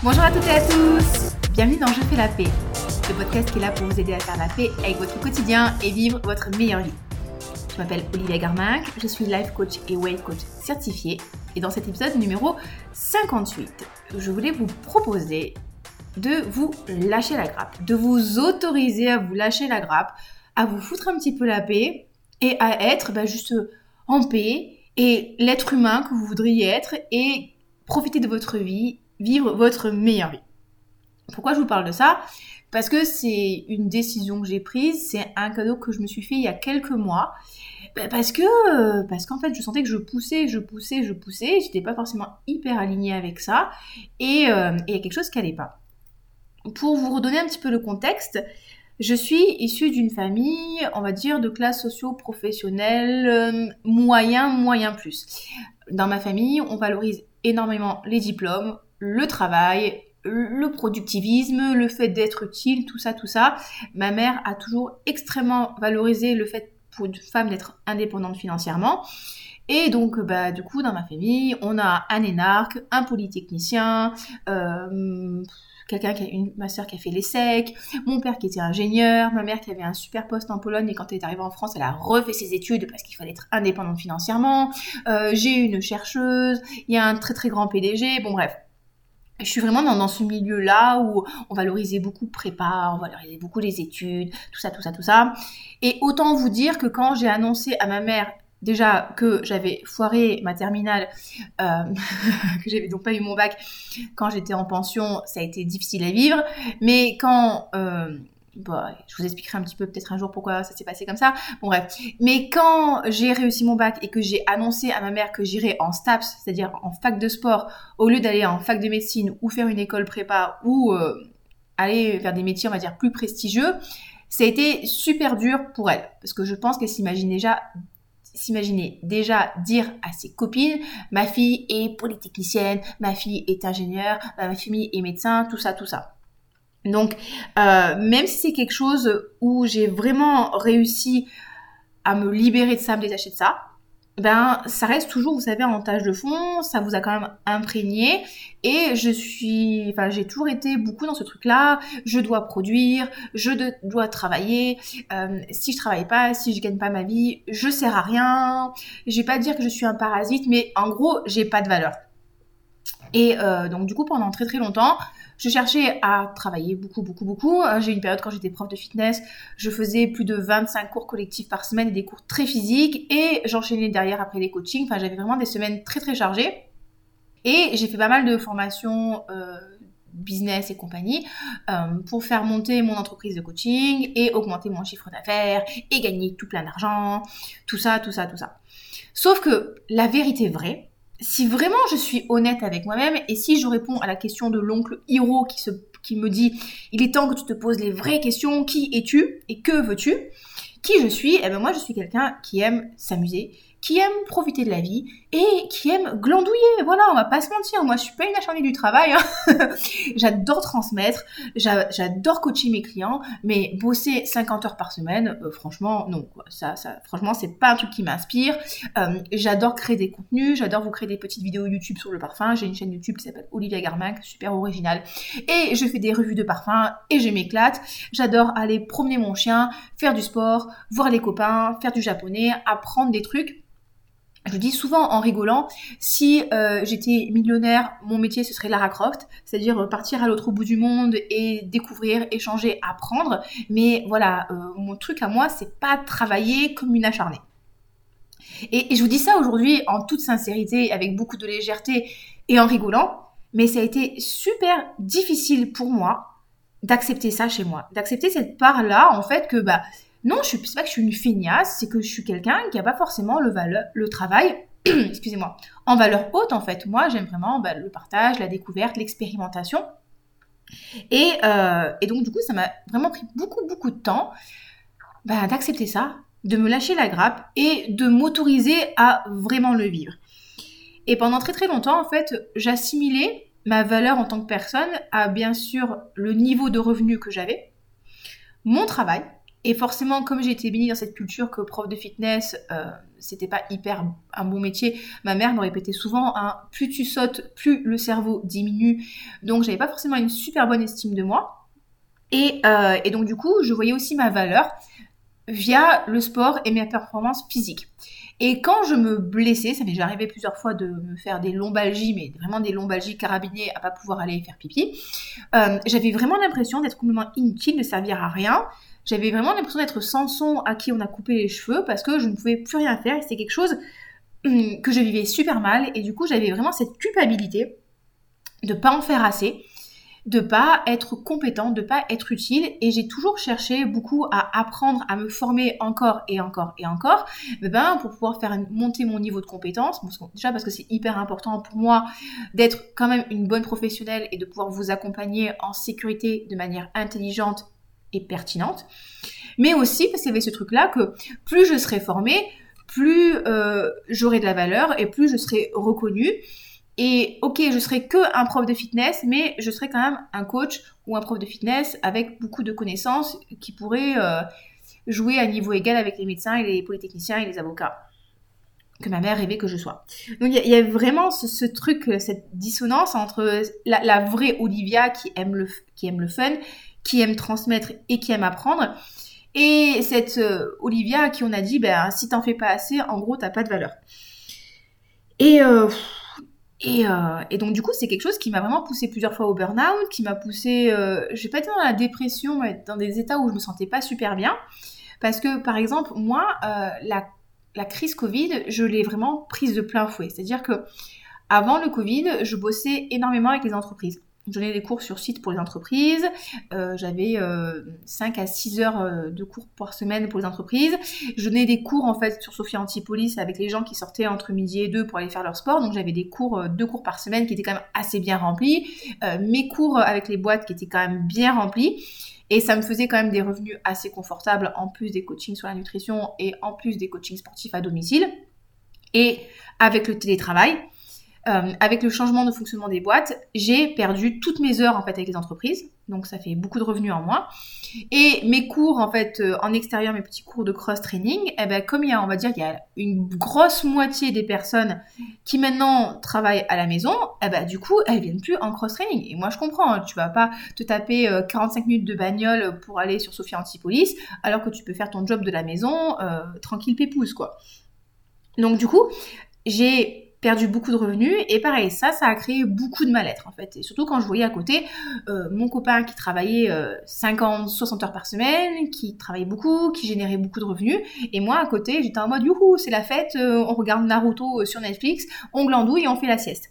Bonjour à toutes et à tous, bienvenue dans Je fais la paix, le podcast qui est là pour vous aider à faire la paix avec votre quotidien et vivre votre meilleure vie. Je m'appelle Olivia Garminck, je suis life coach et weight coach certifiée et dans cet épisode numéro 58, je voulais vous proposer de vous lâcher la grappe, de vous autoriser à vous lâcher la grappe, à vous foutre un petit peu la paix et à être juste en paix et l'être humain que vous voudriez être et profiter de votre vie, vivre votre meilleure vie. Pourquoi je vous parle de ça ? Parce que c'est une décision que j'ai prise, c'est un cadeau que je me suis fait il y a quelques mois. Parce qu'en fait, je sentais que je poussais, j'étais pas forcément hyper alignée avec ça, et il y a quelque chose qui allait pas. Pour vous redonner un petit peu le contexte, je suis issue d'une famille, on va dire, de classe socio-professionnelle moyen plus. Dans ma famille, on valorise énormément les diplômes, le travail, le productivisme, le fait d'être utile, tout ça. Ma mère a toujours extrêmement valorisé le fait pour une femme d'être indépendante financièrement. Et donc, du coup, dans ma famille, on a un énarque, un polytechnicien, ma sœur qui a fait l'ESSEC, mon père qui était ingénieur, ma mère qui avait un super poste en Pologne et quand elle est arrivée en France, elle a refait ses études parce qu'il fallait être indépendante financièrement. J'ai une chercheuse, il y a un très très grand PDG, bon bref. Je suis vraiment dans ce milieu-là où on valorisait beaucoup prépa, on valorisait beaucoup les études, tout ça. Et autant vous dire que quand j'ai annoncé à ma mère déjà que j'avais foiré ma terminale, que j'avais donc pas eu mon bac quand j'étais en pension, ça a été difficile à vivre. Mais quand... je vous expliquerai un petit peu peut-être un jour pourquoi ça s'est passé comme ça. Bon bref. Mais quand j'ai réussi mon bac et que j'ai annoncé à ma mère que j'irais en STAPS, c'est-à-dire en fac de sport, au lieu d'aller en fac de médecine ou faire une école prépa ou aller vers des métiers, on va dire, plus prestigieux, ça a été super dur pour elle. Parce que je pense qu'elle s'imaginait déjà dire à ses copines, ma fille est polytechnicienne, ma fille est ingénieure, ma famille est médecin, tout ça. Donc, même si c'est quelque chose où j'ai vraiment réussi à me libérer de ça, à me détacher de ça, ça reste toujours, vous savez, en tâche de fond, ça vous a quand même imprégné, et j'ai toujours été beaucoup dans ce truc-là, je dois produire, dois travailler, si je travaille pas, si je gagne pas ma vie, je sers à rien, je vais pas dire que je suis un parasite, mais en gros, j'ai pas de valeur. Et donc du coup, pendant très très longtemps, je cherchais à travailler beaucoup. J'ai eu une période quand j'étais prof de fitness, je faisais plus de 25 cours collectifs par semaine et des cours très physiques et j'enchaînais derrière après les coachings. Enfin, j'avais vraiment des semaines très très chargées. Et j'ai fait pas mal de formations business et compagnie pour faire monter mon entreprise de coaching et augmenter mon chiffre d'affaires et gagner tout plein d'argent, tout ça. Sauf que la vérité vraie, si vraiment je suis honnête avec moi-même et si je réponds à la question de l'oncle Hiro qui me dit « Il est temps que tu te poses les vraies questions, qui es-tu et que veux-tu ?» Qui je suis ? Moi je suis quelqu'un qui aime s'amuser, qui aime profiter de la vie et qui aime glandouiller. Voilà, on va pas se mentir, moi je suis pas une acharnée du travail, hein. J'adore transmettre, j'adore coacher mes clients, mais bosser 50 heures par semaine, franchement, non, quoi. Ça, franchement, c'est pas un truc qui m'inspire. J'adore créer des contenus, j'adore vous créer des petites vidéos YouTube sur le parfum. J'ai une chaîne YouTube qui s'appelle Olivia Garminck, super originale. Et je fais des revues de parfum et je m'éclate. J'adore aller promener mon chien, faire du sport, voir les copains, faire du japonais, apprendre des trucs. Je dis souvent en rigolant, si j'étais millionnaire, mon métier ce serait Lara Croft, c'est-à-dire partir à l'autre bout du monde et découvrir, échanger, apprendre. Mais voilà, mon truc à moi, c'est pas travailler comme une acharnée. Et je vous dis ça aujourd'hui en toute sincérité, avec beaucoup de légèreté et en rigolant, mais ça a été super difficile pour moi d'accepter ça chez moi, d'accepter cette part-là, en fait, que non, c'est pas que je suis une feignasse, c'est que je suis quelqu'un qui n'a pas forcément le travail, excusez-moi, en valeur haute en fait. Moi, j'aime vraiment le partage, la découverte, l'expérimentation. Et donc, du coup, ça m'a vraiment pris beaucoup de temps d'accepter ça, de me lâcher la grappe et de m'autoriser à vraiment le vivre. Et pendant très très longtemps, en fait, j'assimilais ma valeur en tant que personne à bien sûr le niveau de revenu que j'avais, mon travail, Et forcément, comme j'ai été bénie dans cette culture que prof de fitness, c'était pas hyper un bon métier, ma mère me répétait souvent, hein, plus tu sautes, plus le cerveau diminue. Donc, j'avais pas forcément une super bonne estime de moi. Et donc, du coup, je voyais aussi ma valeur via le sport et mes performances physiques. Et quand je me blessais, ça m'est déjà arrivé plusieurs fois de me faire des lombalgies, mais vraiment des lombalgies carabinées à pas pouvoir aller faire pipi, j'avais vraiment l'impression d'être complètement inutile, de servir à rien. J'avais vraiment l'impression d'être Samson à qui on a coupé les cheveux parce que je ne pouvais plus rien faire et c'était quelque chose que je vivais super mal et du coup j'avais vraiment cette culpabilité de pas en faire assez, de pas être compétente, de pas être utile et j'ai toujours cherché beaucoup à apprendre, à me former encore et encore et encore pour pouvoir faire monter mon niveau de compétence, déjà parce que c'est hyper important pour moi d'être quand même une bonne professionnelle et de pouvoir vous accompagner en sécurité de manière intelligente et pertinente, mais aussi parce qu'il y avait ce truc-là que plus je serais formée, plus j'aurais de la valeur et plus je serais reconnue. Et ok, je serais que un prof de fitness, mais je serais quand même un coach ou un prof de fitness avec beaucoup de connaissances qui pourrait jouer à niveau égal avec les médecins et les polytechniciens et les avocats que ma mère rêvait que je sois. Donc il y a vraiment ce truc, cette dissonance entre la vraie Olivia qui aime le fun, qui aime transmettre et qui aime apprendre, et cette Olivia à qui on a dit si t'en fais pas assez, en gros t'as pas de valeur. Et donc du coup c'est quelque chose qui m'a vraiment poussée plusieurs fois au burn-out, qui m'a poussée, je vais pas dire dans la dépression, mais dans des états où je me sentais pas super bien, parce que par exemple moi la crise Covid, je l'ai vraiment prise de plein fouet, c'est-à-dire que avant le Covid, je bossais énormément avec les entreprises. Je donnais des cours sur site pour les entreprises. J'avais 5 à 6 heures de cours par semaine pour les entreprises. Je donnais des cours en fait sur Sophia Antipolis avec les gens qui sortaient entre midi et 2 pour aller faire leur sport. Donc j'avais des cours, 2 cours par semaine qui étaient quand même assez bien remplis. Mes cours avec les boîtes qui étaient quand même bien remplis. Et ça me faisait quand même des revenus assez confortables en plus des coachings sur la nutrition et en plus des coachings sportifs à domicile. Et avec le télétravail, avec le changement de fonctionnement des boîtes, j'ai perdu toutes mes heures en fait avec les entreprises, donc ça fait beaucoup de revenus en moins. Et mes cours en fait en extérieur, mes petits cours de cross-training, comme il y a une grosse moitié des personnes qui maintenant travaillent à la maison, du coup elles viennent plus en cross-training. Et moi je comprends, tu vas pas te taper 45 minutes de bagnole pour aller sur Sophia Antipolis, alors que tu peux faire ton job de la maison tranquille pépouze quoi. Donc du coup, j'ai perdu beaucoup de revenus et pareil, ça a créé beaucoup de mal-être en fait. Et surtout quand je voyais à côté mon copain qui travaillait 50, 60 heures par semaine, qui travaillait beaucoup, qui générait beaucoup de revenus, et moi à côté j'étais en mode youhou, c'est la fête, on regarde Naruto sur Netflix, on glandouille et on fait la sieste.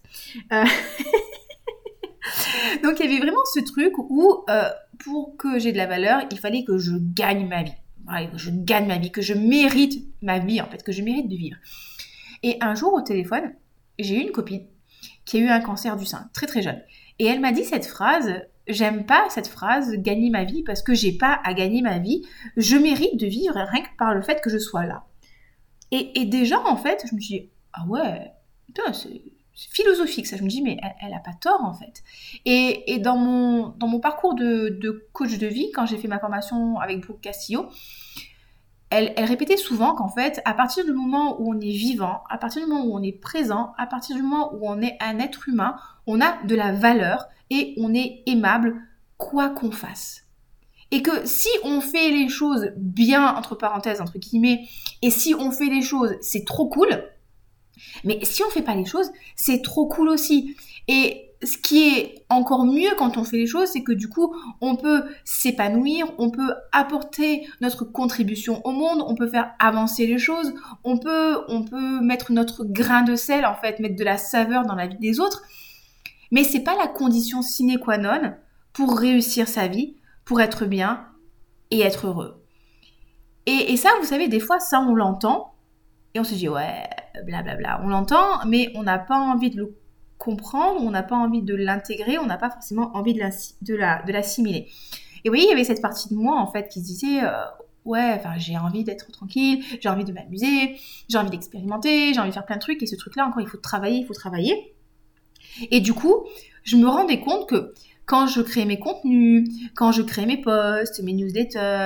Donc il y avait vraiment ce truc où pour que j'ai de la valeur, il fallait que je gagne ma vie. Ouais, que je gagne ma vie, que je mérite ma vie en fait, que je mérite de vivre. Et un jour au téléphone, j'ai eu une copine qui a eu un cancer du sein, très très jeune. Et elle m'a dit cette phrase, j'aime pas cette phrase, gagner ma vie, parce que j'ai pas à gagner ma vie, je mérite de vivre rien que par le fait que je sois là. Et déjà en fait, je me suis dit, ah ouais, putain, c'est philosophique ça, je me dis mais elle a pas tort en fait. Et dans mon parcours de coach de vie, quand j'ai fait ma formation avec Brooke Castillo, elle répétait souvent qu'en fait, à partir du moment où on est vivant, à partir du moment où on est présent, à partir du moment où on est un être humain, on a de la valeur et on est aimable quoi qu'on fasse. Et que si on fait les choses bien, entre parenthèses, entre guillemets, et si on fait les choses, c'est trop cool, mais si on fait pas les choses, c'est trop cool aussi. Et ce qui est encore mieux quand on fait les choses, c'est que du coup, on peut s'épanouir, on peut apporter notre contribution au monde, on peut faire avancer les choses, on peut mettre notre grain de sel, en fait, mettre de la saveur dans la vie des autres. Mais c'est pas la condition sine qua non pour réussir sa vie, pour être bien et être heureux. Et ça, vous savez, des fois, ça, on l'entend et on se dit, ouais, blablabla, on l'entend, mais on n'a pas envie de le comprendre, on n'a pas envie de l'intégrer, on n'a pas forcément envie de l'assimiler. Et vous voyez, il y avait cette partie de moi, en fait, qui se disait, ouais, enfin, j'ai envie d'être tranquille, j'ai envie de m'amuser, j'ai envie d'expérimenter, j'ai envie de faire plein de trucs, et ce truc-là, encore, il faut travailler. Et du coup, je me rendais compte que quand je créais mes contenus, quand je créais mes posts, mes newsletters,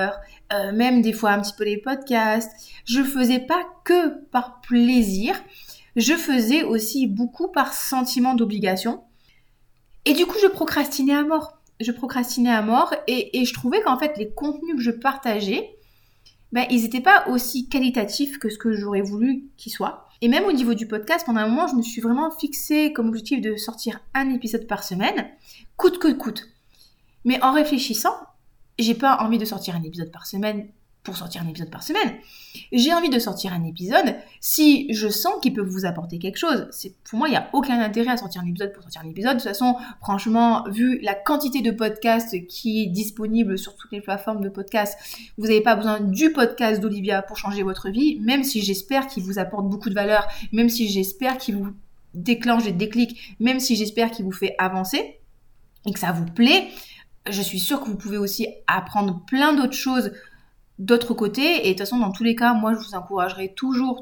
même des fois un petit peu les podcasts. Je faisais pas que par plaisir, je faisais aussi beaucoup par sentiment d'obligation. Et du coup, je procrastinais à mort. Et je trouvais qu'en fait, les contenus que je partageais, ils n'étaient pas aussi qualitatifs que ce que j'aurais voulu qu'ils soient. Et même au niveau du podcast, pendant un moment, je me suis vraiment fixée comme objectif de sortir un épisode par semaine, coûte que coûte. Mais en réfléchissant, j'ai pas envie de sortir un épisode par semaine pour sortir un épisode par semaine. J'ai envie de sortir un épisode si je sens qu'il peut vous apporter quelque chose. Pour moi, il n'y a aucun intérêt à sortir un épisode pour sortir un épisode. De toute façon, franchement, vu la quantité de podcasts qui est disponible sur toutes les plateformes de podcasts, vous n'avez pas besoin du podcast d'Olivia pour changer votre vie, même si j'espère qu'il vous apporte beaucoup de valeur, même si j'espère qu'il vous déclenche des déclics, même si j'espère qu'il vous fait avancer et que ça vous plaît. Je suis sûre que vous pouvez aussi apprendre plein d'autres choses d'autre côté, et de toute façon, dans tous les cas, moi, je vous encouragerai toujours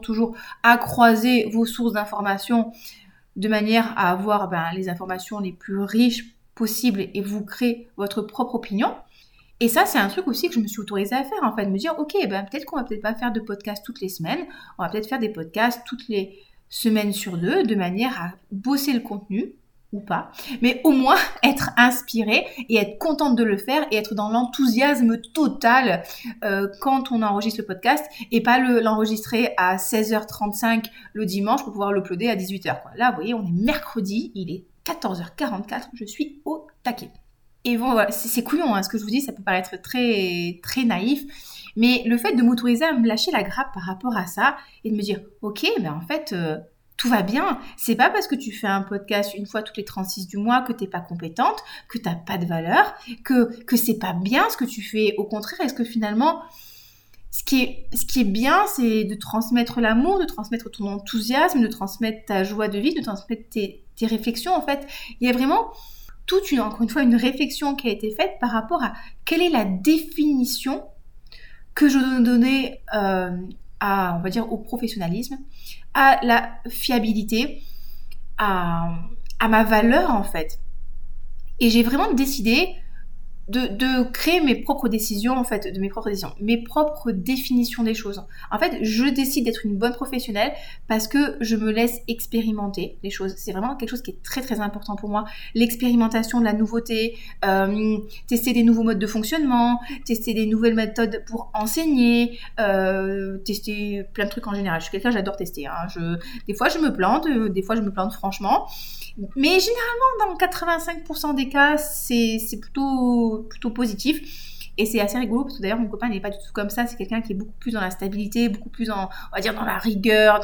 à croiser vos sources d'informations de manière à avoir les informations les plus riches possibles et vous créer votre propre opinion. Et ça, c'est un truc aussi que je me suis autorisée à faire, en fait, de me dire, ok, peut-être qu'on va peut-être pas faire de podcast toutes les semaines, on va peut-être faire des podcasts toutes les semaines sur 2, de manière à bosser le contenu, ou pas, mais au moins être inspirée et être contente de le faire et être dans l'enthousiasme total quand on enregistre le podcast et pas l'enregistrer à 16h35 le dimanche pour pouvoir l'uploader à 18h. Là, vous voyez, on est mercredi, il est 14h44, je suis au taquet. Et bon, voilà, c'est couillon, ce que je vous dis, ça peut paraître très, très naïf, mais le fait de m'autoriser à me lâcher la grappe par rapport à ça et de me dire, ok, en fait... tout va bien. C'est pas parce que tu fais un podcast une fois toutes les 36 du mois que t'es pas compétente, que t'as pas de valeur, que c'est pas bien ce que tu fais. Au contraire, est-ce que finalement, ce qui est bien, c'est de transmettre l'amour, de transmettre ton enthousiasme, de transmettre ta joie de vie, de transmettre tes réflexions, en fait. Il y a vraiment encore une fois, une réflexion qui a été faite par rapport à quelle est la définition que je dois donner on va dire, au professionnalisme, à la fiabilité, à ma valeur, en fait. Et j'ai vraiment décidé de créer mes propres décisions, en fait, mes propres définitions des choses. En fait, je décide d'être une bonne professionnelle parce que je me laisse expérimenter les choses. C'est vraiment quelque chose qui est très très important pour moi. L'expérimentation de la nouveauté, tester des nouveaux modes de fonctionnement, tester des nouvelles méthodes pour enseigner, tester plein de trucs en général. Je suis quelqu'un, j'adore tester. Des fois, je me plante franchement. Mais généralement, dans 85% des cas, c'est plutôt positif. Et c'est assez rigolo parce que d'ailleurs, mon copain n'est pas du tout comme ça. C'est quelqu'un qui est beaucoup plus dans la stabilité, beaucoup plus on va dire, dans la rigueur,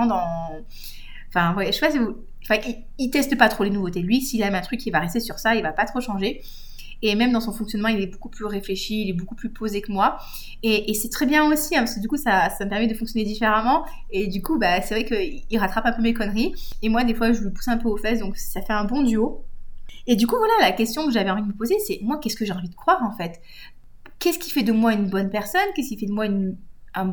Enfin, ouais, je sais pas si vous... Enfin, il teste pas trop les nouveautés. Lui, s'il aime un truc, il va rester sur ça, il va pas trop changer. Et même dans son fonctionnement, il est beaucoup plus réfléchi, il est beaucoup plus posé que moi. Et c'est très bien aussi, parce que du coup, ça me permet de fonctionner différemment. Et du coup, c'est vrai qu'il rattrape un peu mes conneries. Et moi, des fois, je le pousse un peu aux fesses, donc ça fait un bon duo. Et du coup, voilà, la question que j'avais envie de me poser, c'est moi, qu'est-ce que j'ai envie de croire, en fait ? Qu'est-ce qui fait de moi une bonne personne ? Qu'est-ce qui fait de moi un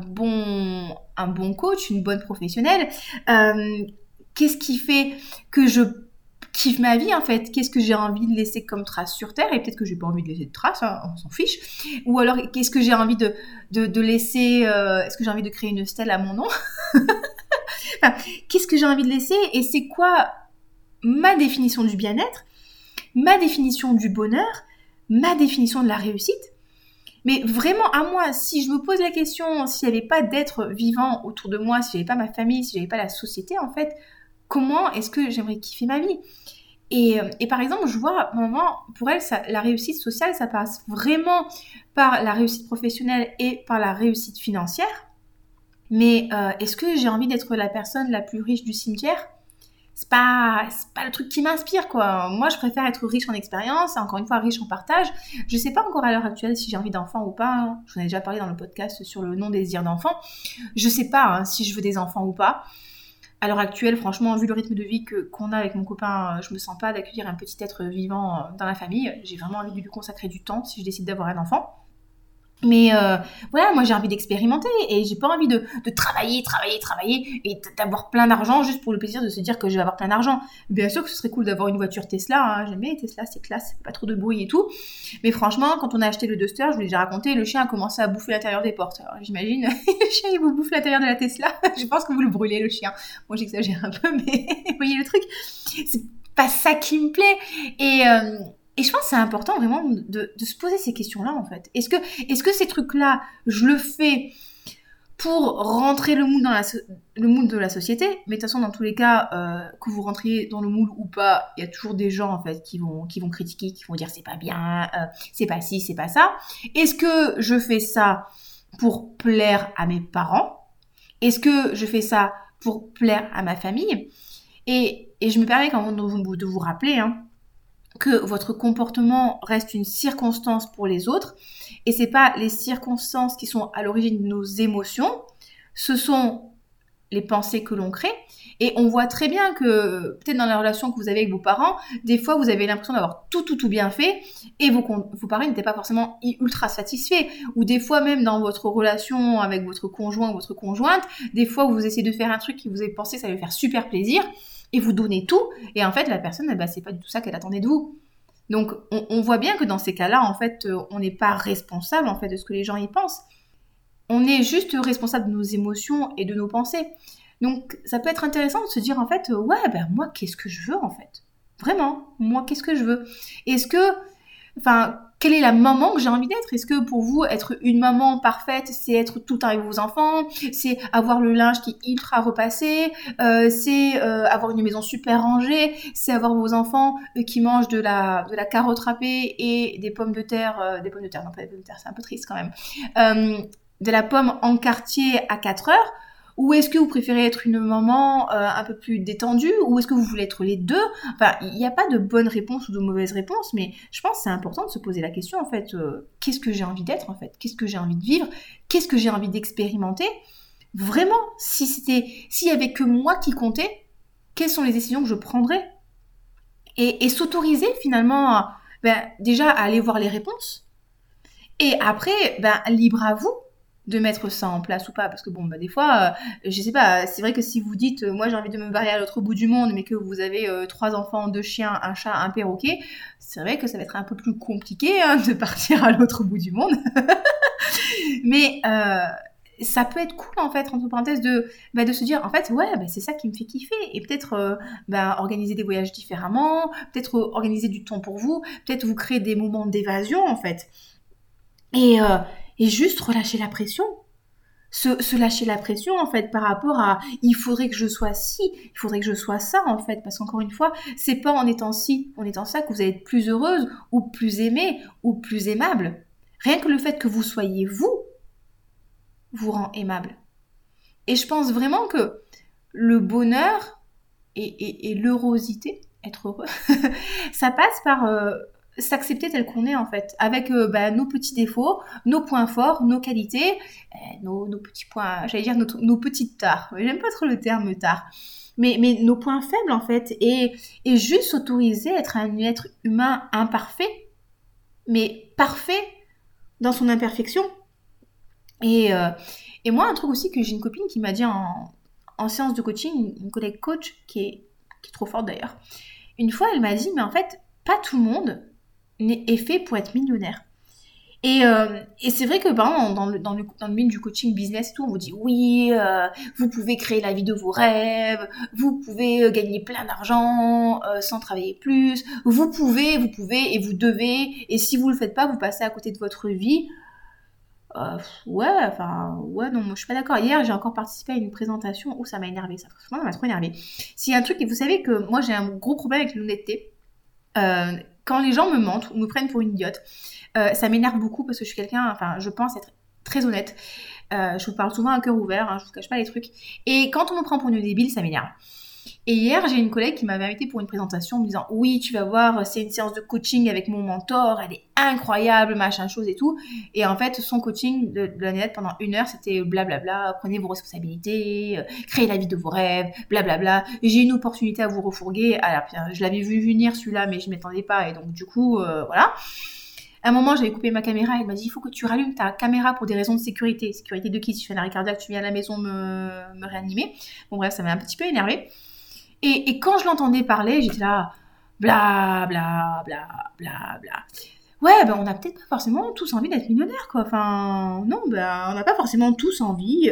bon coach, une bonne professionnelle ? Qu'est-ce qui fait que je kiffe ma vie, en fait? Qu'est-ce que j'ai envie de laisser comme trace sur Terre? Et peut-être que j'ai pas envie de laisser de trace, on s'en fiche. Ou alors, qu'est-ce que j'ai envie de laisser... est-ce que j'ai envie de créer une stèle à mon nom? Enfin, qu'est-ce que j'ai envie de laisser? Et c'est quoi ma définition du bien-être? Ma définition du bonheur? Ma définition de la réussite? Mais vraiment, à moi, si je me pose la question, s'il n'y avait pas d'être vivant autour de moi, s'il n'y avait pas ma famille, s'il n'y avait pas la société, en fait, comment est-ce que j'aimerais kiffer ma vie ? Et par exemple, je vois, à un moment, pour elle, la réussite sociale, ça passe vraiment par la réussite professionnelle et par la réussite financière. Mais est-ce que j'ai envie d'être la personne la plus riche du cimetière ? C'est pas le truc qui m'inspire, quoi. Moi, je préfère être riche en expérience, encore une fois, riche en partage. Je sais pas encore à l'heure actuelle si j'ai envie d'enfants ou pas. Je vous en ai déjà parlé dans le podcast sur le non-désir d'enfant. Je sais pas si je veux des enfants ou pas. À l'heure actuelle, franchement, vu le rythme de vie qu'on a avec mon copain, je me sens pas d'accueillir un petit être vivant dans la famille. J'ai vraiment envie de lui consacrer du temps si je décide d'avoir un enfant. Mais voilà, moi j'ai envie d'expérimenter et j'ai pas envie de travailler et d'avoir plein d'argent juste pour le plaisir de se dire que je vais avoir plein d'argent. Bien sûr que ce serait cool d'avoir une voiture Tesla, hein. J'aime bien les Tesla, c'est classe, pas trop de bruit et tout. Mais franchement, quand on a acheté le Duster, je vous l'ai déjà raconté, le chien a commencé à bouffer l'intérieur des portes. Alors j'imagine, le chien il vous bouffe l'intérieur de la Tesla, je pense que vous le brûlez le chien. Moi j'exagère un peu, mais vous voyez le truc, c'est pas ça qui me plaît. Et je pense que c'est important vraiment de se poser ces questions-là, en fait. Est-ce que ces trucs-là, je le fais pour rentrer le moule de la société? Mais de toute façon, dans tous les cas, que vous rentriez dans le moule ou pas, il y a toujours des gens, en fait, qui vont critiquer, qui vont dire c'est pas bien, c'est pas ci, c'est pas ça. Est-ce que je fais ça pour plaire à mes parents? Est-ce que je fais ça pour plaire à ma famille? Et je me permets quand même de vous rappeler, hein, que votre comportement reste une circonstance pour les autres et c'est pas les circonstances qui sont à l'origine de nos émotions, ce sont les pensées que l'on crée et on voit très bien que peut-être dans la relation que vous avez avec vos parents, des fois vous avez l'impression d'avoir tout bien fait et vos parents n'étaient pas forcément ultra satisfaits ou des fois même dans votre relation avec votre conjoint ou votre conjointe, des fois vous essayez de faire un truc qui vous avez pensé ça allait faire super plaisir et vous donnez tout, et en fait, la personne, eh ben, c'est pas du tout ça qu'elle attendait de vous. Donc, on voit bien que dans ces cas-là, en fait, on n'est pas responsable, en fait, de ce que les gens y pensent. On est juste responsable de nos émotions et de nos pensées. Donc, ça peut être intéressant de se dire, en fait, ouais, ben, moi, qu'est-ce que je veux, en fait? Vraiment, moi, qu'est-ce que je veux? Quelle est la maman que j'ai envie d'être? Est-ce que pour vous, être une maman parfaite, c'est être tout le temps avec vos enfants, c'est avoir le linge qui est ultra repassé, c'est avoir une maison super rangée, c'est avoir vos enfants qui mangent de la carotte râpée et des pommes de terre, non pas des pommes de terre, c'est un peu triste quand même, de la pomme en quartier à 4 heures? Ou est-ce que vous préférez être une maman un peu plus détendue? Ou est-ce que vous voulez être les deux? Enfin, il n'y a pas de bonne réponse ou de mauvaise réponse, mais je pense que c'est important de se poser la question, en fait, qu'est-ce que j'ai envie d'être, en fait? Qu'est-ce que j'ai envie de vivre? Qu'est-ce que j'ai envie d'expérimenter? Vraiment, s'il y avait que moi qui comptais, quelles sont les décisions que je prendrais? Et s'autoriser, finalement, déjà à aller voir les réponses. Et après, libre à vous de mettre ça en place ou pas, parce que bon, des fois, je sais pas, c'est vrai que si vous dites, moi j'ai envie de me marier à l'autre bout du monde, mais que vous avez 3 enfants, 2 chiens, un chat, un perroquet, c'est vrai que ça va être un peu plus compliqué hein, de partir à l'autre bout du monde. Mais ça peut être cool en fait, entre parenthèses, de se dire, en fait, ouais, c'est ça qui me fait kiffer, et peut-être organiser des voyages différemment, peut-être organiser du temps pour vous, peut-être vous créer des moments d'évasion en fait. Et juste relâcher la pression. Se lâcher la pression, en fait, par rapport à il faudrait que je sois ci, il faudrait que je sois ça, en fait. Parce qu'encore une fois, c'est pas en étant ci, en étant ça, que vous allez être plus heureuse, ou plus aimée, ou plus aimable. Rien que le fait que vous soyez vous rend aimable. Et je pense vraiment que le bonheur et l'heurosité, être heureux, ça passe par s'accepter tel qu'on est en fait, avec nos petits défauts, nos points forts, nos qualités, nos petits points, j'allais dire nos petites tares, j'aime pas trop le terme tare, mais nos points faibles en fait, et juste s'autoriser à être un être humain imparfait, mais parfait dans son imperfection. Et moi, un truc aussi que j'ai une copine qui m'a dit en séance de coaching, une collègue coach qui est trop forte d'ailleurs, une fois elle m'a dit, mais en fait, pas tout le monde est fait pour être millionnaire. Et c'est vrai que par exemple, dans le milieu du coaching business et tout, on vous dit oui, vous pouvez créer la vie de vos rêves, vous pouvez gagner plein d'argent sans travailler plus, vous pouvez et vous devez, et si vous le faites pas, vous passez à côté de votre vie. Ouais, non, moi je suis pas d'accord. Hier, j'ai encore participé à une présentation où ça m'a énervé, ça m'a trop énervé. S'il y a un truc, et vous savez que moi j'ai un gros problème avec l'honnêteté. Quand les gens me mentent ou me prennent pour une idiote, ça m'énerve beaucoup parce que je suis quelqu'un, je pense être très honnête. Je vous parle souvent à cœur ouvert, hein, je vous cache pas les trucs. Et quand on me prend pour une débile, ça m'énerve. Et hier, j'ai une collègue qui m'avait invitée pour une présentation en me disant « Oui, tu vas voir, c'est une séance de coaching avec mon mentor, elle est incroyable, machin chose et tout. » Et en fait, son coaching de l'année net pendant 1 heure, c'était blablabla, prenez vos responsabilités, créez la vie de vos rêves, blablabla. J'ai une opportunité à vous refourguer. Alors, je l'avais vu venir celui-là, mais je m'y attendais pas. Et donc, du coup, voilà. À un moment, j'avais coupé ma caméra, elle m'a dit, il faut que tu rallumes ta caméra pour des raisons de sécurité. Sécurité de qui? Si je fais un arrêt cardiaque, tu viens à la maison me réanimer. Bon bref, ça m'a un petit peu énervée. Et quand je l'entendais parler, j'étais là, bla bla bla bla bla. Ouais, ben on n'a peut-être pas forcément tous envie d'être millionnaire, quoi. Enfin, non, ben on n'a pas forcément tous envie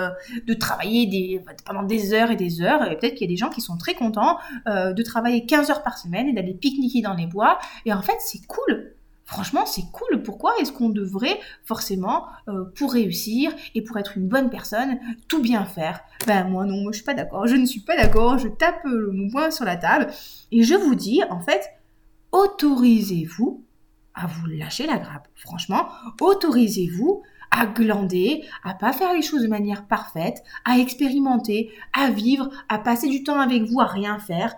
de travailler pendant des heures et des heures. Et peut-être qu'il y a des gens qui sont très contents de travailler 15 heures par semaine et d'aller pique-niquer dans les bois. Et en fait, c'est cool. Franchement, c'est cool. Pourquoi est-ce qu'on devrait forcément, pour réussir et pour être une bonne personne, tout bien faire? Ben moi non, moi je suis pas d'accord. Je ne suis pas d'accord. Je tape mon poing sur la table et je vous dis, en fait, autorisez-vous à vous lâcher la grappe. Franchement, autorisez-vous à glander, à pas faire les choses de manière parfaite, à expérimenter, à vivre, à passer du temps avec vous, à rien faire,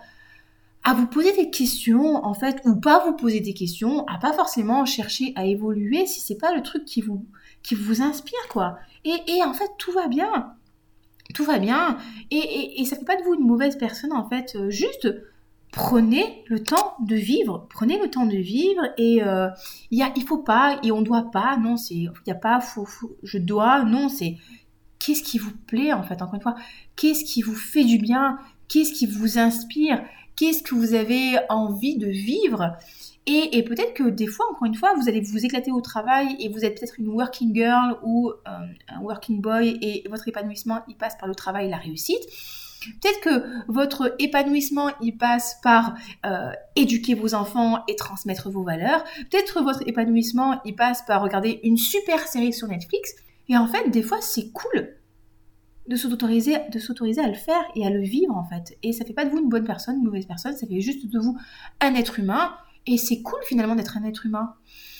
à vous poser des questions, en fait, ou pas vous poser des questions, à pas forcément chercher à évoluer si c'est pas le truc qui vous inspire, quoi. Et en fait, tout va bien. Tout va bien. Et ça fait pas de vous une mauvaise personne, en fait. Juste, prenez le temps de vivre. Prenez le temps de vivre et il faut pas et on doit pas. Non, il y a pas je dois. Non, c'est qu'est-ce qui vous plaît en fait. Encore une fois, qu'est-ce qui vous fait du bien? Qu'est-ce qui vous inspire? Qu'est-ce que vous avez envie de vivre? Et peut-être que des fois, encore une fois, vous allez vous éclater au travail et vous êtes peut-être une working girl ou un working boy et votre épanouissement, il passe par le travail et la réussite. Peut-être que votre épanouissement, il passe par éduquer vos enfants et transmettre vos valeurs. Peut-être que votre épanouissement, il passe par regarder une super série sur Netflix. Et en fait, des fois, c'est cool de s'autoriser à le faire et à le vivre, en fait. Et ça fait pas de vous une bonne personne, une mauvaise personne, ça fait juste de vous un être humain. Et c'est cool, finalement, d'être un être humain.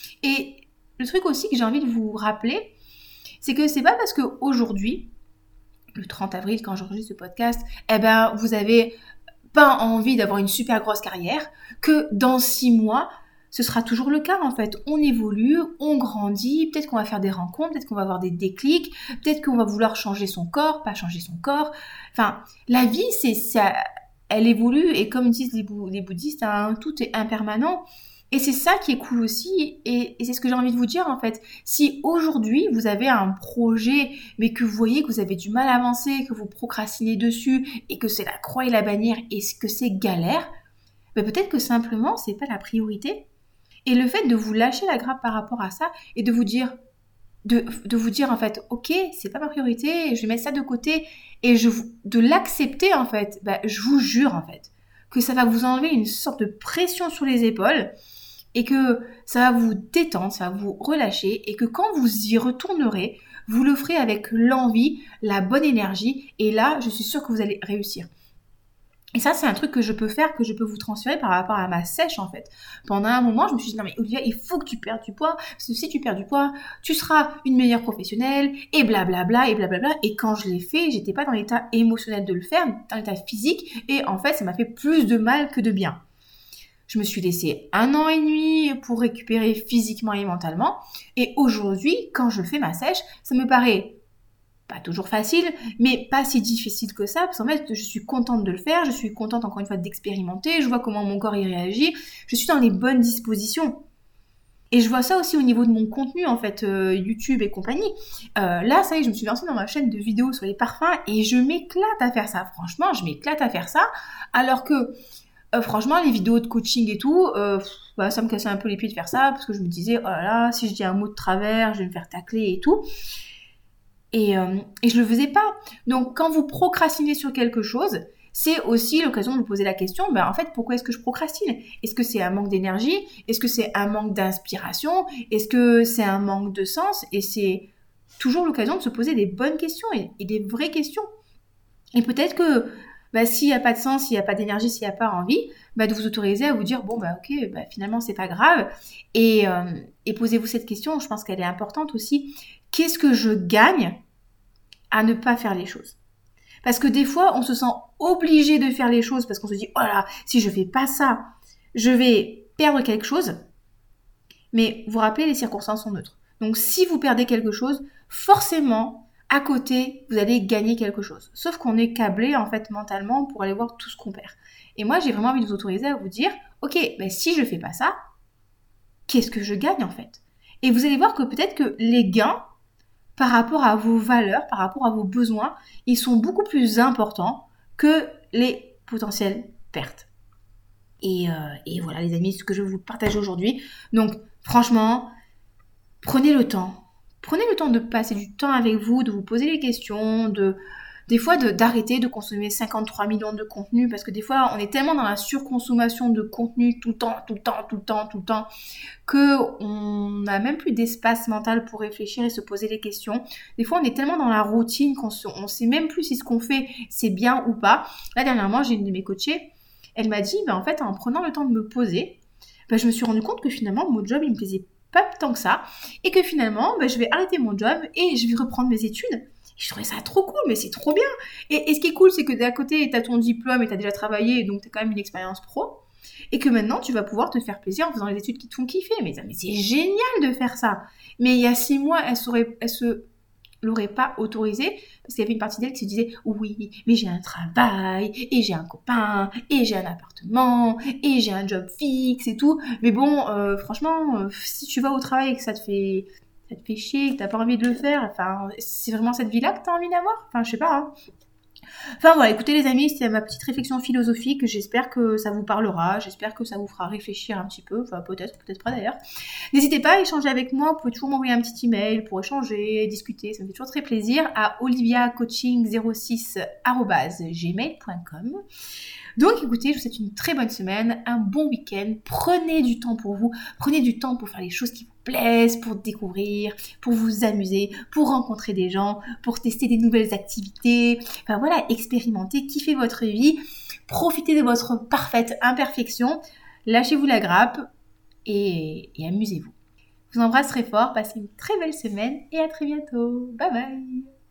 Et le truc aussi que j'ai envie de vous rappeler, c'est que c'est pas parce qu'aujourd'hui, le 30 avril, quand j'enregistre ce podcast, eh ben, vous avez pas envie d'avoir une super grosse carrière, que dans 6 mois, ce sera toujours le cas, en fait. On évolue, on grandit, peut-être qu'on va faire des rencontres, peut-être qu'on va avoir des déclics, peut-être qu'on va vouloir changer son corps, pas changer son corps. Enfin, la vie, c'est ça, elle évolue, et comme disent les bouddhistes, hein, tout est impermanent. Et c'est ça qui est cool aussi, et c'est ce que j'ai envie de vous dire en fait. Si aujourd'hui vous avez un projet, mais que vous voyez que vous avez du mal à avancer, que vous procrastinez dessus, et que c'est la croix et la bannière, et que c'est galère, ben peut-être que simplement c'est pas la priorité. Et le fait de vous lâcher la grappe par rapport à ça, et de vous dire en fait, ok, c'est pas ma priorité, je vais mettre ça de côté, et de l'accepter en fait, ben, je vous jure en fait, que ça va vous enlever une sorte de pression sur les épaules, et que ça va vous détendre, ça va vous relâcher, et que quand vous y retournerez, vous le ferez avec l'envie, la bonne énergie, et là, je suis sûre que vous allez réussir. Et ça, c'est un truc que je peux faire, que je peux vous transférer par rapport à ma sèche, en fait. Pendant un moment, je me suis dit, non mais Olivia, il faut que tu perdes du poids, parce que si tu perds du poids, tu seras une meilleure professionnelle, et blablabla, et blablabla. Et quand je l'ai fait, j'étais pas dans l'état émotionnel de le faire, dans l'état physique, et en fait, ça m'a fait plus de mal que de bien. Je me suis laissé 1 an et demi pour récupérer physiquement et mentalement. Et aujourd'hui, quand je fais ma sèche, ça me paraît pas toujours facile, mais pas si difficile que ça, parce qu'en fait, je suis contente de le faire, je suis contente encore une fois d'expérimenter, je vois comment mon corps y réagit, je suis dans les bonnes dispositions. Et je vois ça aussi au niveau de mon contenu, en fait, YouTube et compagnie. Là, ça y est, je me suis lancée dans ma chaîne de vidéos sur les parfums, et je m'éclate à faire ça. Franchement, je m'éclate à faire ça, alors que franchement, les vidéos de coaching et tout, ça me cassait un peu les pieds de faire ça, parce que je me disais, oh là là, si je dis un mot de travers, je vais me faire tacler et tout. Et je le faisais pas. Donc, quand vous procrastinez sur quelque chose, c'est aussi l'occasion de vous poser la question, en fait, pourquoi est-ce que je procrastine? Est-ce que c'est un manque d'énergie? Est-ce que c'est un manque d'inspiration? Est-ce que c'est un manque de sens? Et c'est toujours l'occasion de se poser des bonnes questions et des vraies questions. Et peut-être que s'il n'y a pas de sens, s'il n'y a pas d'énergie, s'il n'y a pas envie, de vous autoriser à vous dire, ok, finalement, c'est pas grave. Et posez-vous cette question, je pense qu'elle est importante aussi. Qu'est-ce que je gagne à ne pas faire les choses? Parce que des fois, on se sent obligé de faire les choses parce qu'on se dit, oh là, si je fais pas ça, je vais perdre quelque chose. Mais vous rappelez, les circonstances sont neutres. Donc, si vous perdez quelque chose, forcément, à côté, vous allez gagner quelque chose. Sauf qu'on est câblé, en fait, mentalement pour aller voir tout ce qu'on perd. Et moi, j'ai vraiment envie de vous autoriser à vous dire, ok, si je fais pas ça, qu'est-ce que je gagne en fait? Et vous allez voir que peut-être que les gains, par rapport à vos valeurs, par rapport à vos besoins, ils sont beaucoup plus importants que les potentielles pertes. Et voilà les amis, ce que je vais vous partager aujourd'hui. Donc franchement, prenez le temps. Prenez le temps de passer du temps avec vous, de vous poser les questions, des fois d'arrêter de consommer 53 millions de contenus, parce que des fois on est tellement dans la surconsommation de contenu tout le temps, qu'on n'a même plus d'espace mental pour réfléchir et se poser les questions. Des fois on est tellement dans la routine qu'on sait même plus si ce qu'on fait c'est bien ou pas. Là dernièrement j'ai une de mes coachées, elle m'a dit en fait en prenant le temps de me poser, je me suis rendu compte que finalement mon job il me plaisait pas tant que ça, et que finalement je vais arrêter mon job et je vais reprendre mes études. Je trouvais ça trop cool, mais c'est trop bien. Et ce qui est cool, c'est que d'un côté, tu as ton diplôme et tu as déjà travaillé, donc tu as quand même une expérience pro, et que maintenant, tu vas pouvoir te faire plaisir en faisant les études qui te font kiffer. Mais c'est génial de faire ça. Mais il y a 6 mois, elle se l'aurait pas autorisé, parce qu'il y avait une partie d'elle qui se disait oui, mais j'ai un travail, et j'ai un copain, et j'ai un appartement, et j'ai un job fixe et tout. Mais bon, franchement, si tu vas au travail et que ça te fait chier, que t'as pas envie de le faire, enfin, c'est vraiment cette vie-là que t'as envie d'avoir? Enfin, je sais pas, hein. Enfin voilà, écoutez les amis, c'était ma petite réflexion philosophique, j'espère que ça vous parlera, j'espère que ça vous fera réfléchir un petit peu, enfin peut-être pas d'ailleurs. N'hésitez pas à échanger avec moi, vous pouvez toujours m'envoyer un petit email pour échanger, discuter, ça me fait toujours très plaisir, à oliviacoaching06@gmail.com. Donc écoutez, je vous souhaite une très bonne semaine, un bon week-end, prenez du temps pour vous, prenez du temps pour faire les choses qui vous plaisent, pour découvrir, pour vous amuser, pour rencontrer des gens, pour tester des nouvelles activités, enfin voilà, expérimentez, kiffez votre vie, profitez de votre parfaite imperfection, lâchez-vous la grappe et amusez-vous. Je vous embrasse très fort, passez une très belle semaine et à très bientôt. Bye bye.